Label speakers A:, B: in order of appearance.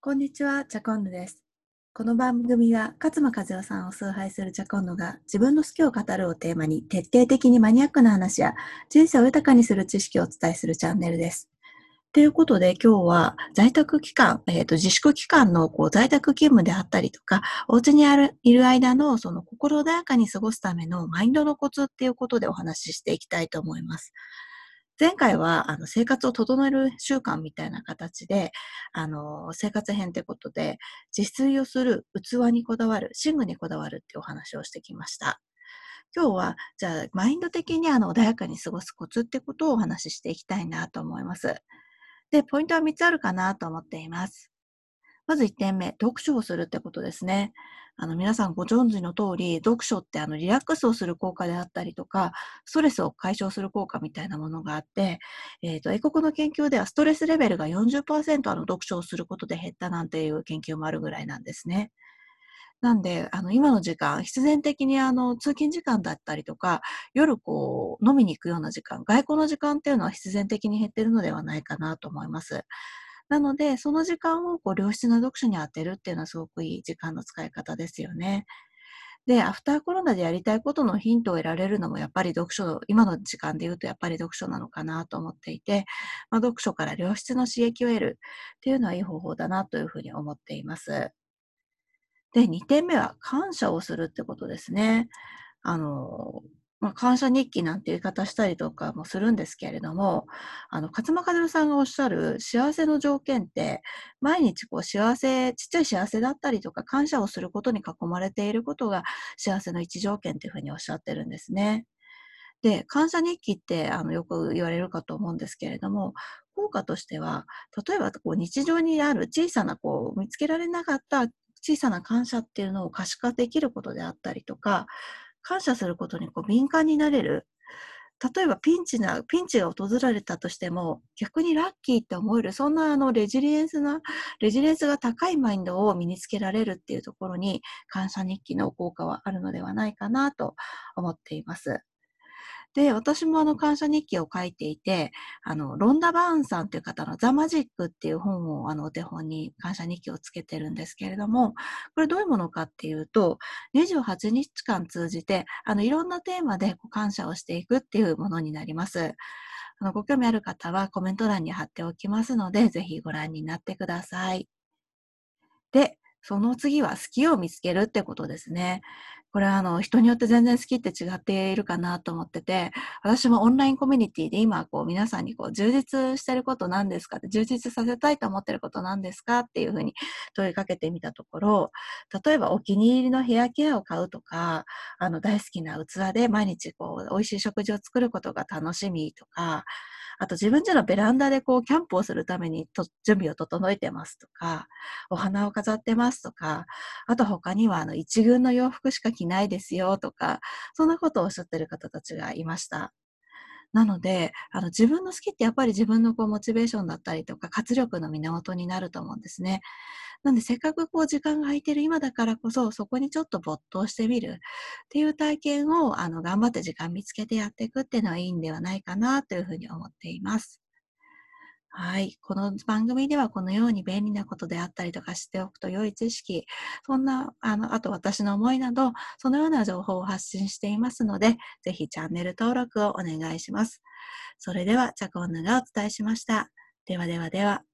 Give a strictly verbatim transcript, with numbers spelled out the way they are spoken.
A: こんにちは、チャコンヌです。この番組は勝間和代さんを崇拝するチャコンヌが自分の好きを語るをテーマに徹底的にマニアックな話や人生を豊かにする知識をお伝えするチャンネルです。ということで今日は在宅期間、えーと、自粛期間のこう在宅勤務であったりとか、お家にあるいる間のその心穏やかに過ごすためのマインドのコツっていうことでお話ししていきたいと思います。前回はあの生活を整える習慣みたいな形で、あの生活編ってことで、自炊をする、器にこだわる、寝具にこだわるっていうお話をしてきました。今日は、じゃあ、マインド的にあの穏やかに過ごすコツってことをお話ししていきたいなと思います。で、ポイントはみっつあるかなと思っています。まずいってんめ、読書をするってことですね。あの、皆さんご存知の通り、読書ってあの、リラックスをする効果であったりとか、ストレスを解消する効果みたいなものがあって、えっと、英国の研究ではストレスレベルがよんじゅっパーセントあの、読書をすることで減ったなんていう研究もあるぐらいなんですね。なんで、あの、今の時間、必然的にあの、通勤時間だったりとか、夜こう、飲みに行くような時間、外交の時間っていうのは必然的に減ってるのではないかなと思います。なので、その時間をこう良質な読書に当てるっていうのはすごくいい時間の使い方ですよね。で、アフターコロナでやりたいことのヒントを得られるのもやっぱり読書、今の時間で言うとやっぱり読書なのかなと思っていて、まあ、読書から良質の刺激を得るっていうのはいい方法だなというふうに思っています。で、にてんめは感謝をするってことですね。あの、まあ、感謝日記なんて言い方したりとかもするんですけれども、あの、勝間和代さんがおっしゃる幸せの条件って、毎日こう幸せ、ちっちゃい幸せだったりとか感謝をすることに囲まれていることが幸せの一条件っていうふうにおっしゃってるんですね。で、感謝日記ってあのよく言われるかと思うんですけれども、効果としては、例えばこう日常にある小さなこう見つけられなかった小さな感謝っていうのを可視化できることであったりとか、感謝することにこう敏感になれる。例えばピンチな、ピンチが訪れたとしても、逆にラッキーって思える、そんなあのレジリエンスな、レジリエンスが高いマインドを身につけられるっていうところに、感謝日記の効果はあるのではないかなと思っています。で、私もあの感謝日記を書いていて、あの、ロンダ・バーンさんという方のザ・マジックっていう本をあのお手本に感謝日記をつけてるんですけれども、これどういうものかっていうと、にじゅうはちにちかん通じて、あの、いろんなテーマでこう感謝をしていくっていうものになります。あの、ご興味ある方はコメント欄に貼っておきますので、ぜひご覧になってください。で、その次は好きを見つけるってことですね。これはあの人によって全然好きって違っているかなと思ってて、私もオンラインコミュニティで今こう皆さんにこう充実してること何ですかって、充実させたいと思ってること何ですかっていうふうに問いかけてみたところ、例えばお気に入りのヘアケアを買うとか、あの大好きな器で毎日こう美味しい食事を作ることが楽しみとか、あと自分家のベランダでこうキャンプをするためにと準備を整えてますとか、お花を飾ってますとか、あと他にはあの一軍の洋服しか着ないですよとか、そんなことをおっしゃってる方たちがいました。なので、あの自分の好きってやっぱり自分のこうモチベーションだったりとか活力の源になると思うんですね。なんでせっかくこう時間が空いてる今だからこそ、そこにちょっと没頭してみるっていう体験をあの頑張って時間見つけてやっていくっていうのはいいんではないかなというふうに思っています。はい。この番組ではこのように便利なことであったりとか知っておくと良い知識、そんな、あの、あと私の思いなど、そのような情報を発信していますので、ぜひチャンネル登録をお願いします。それでは、チャコンヌがお伝えしました。ではではでは。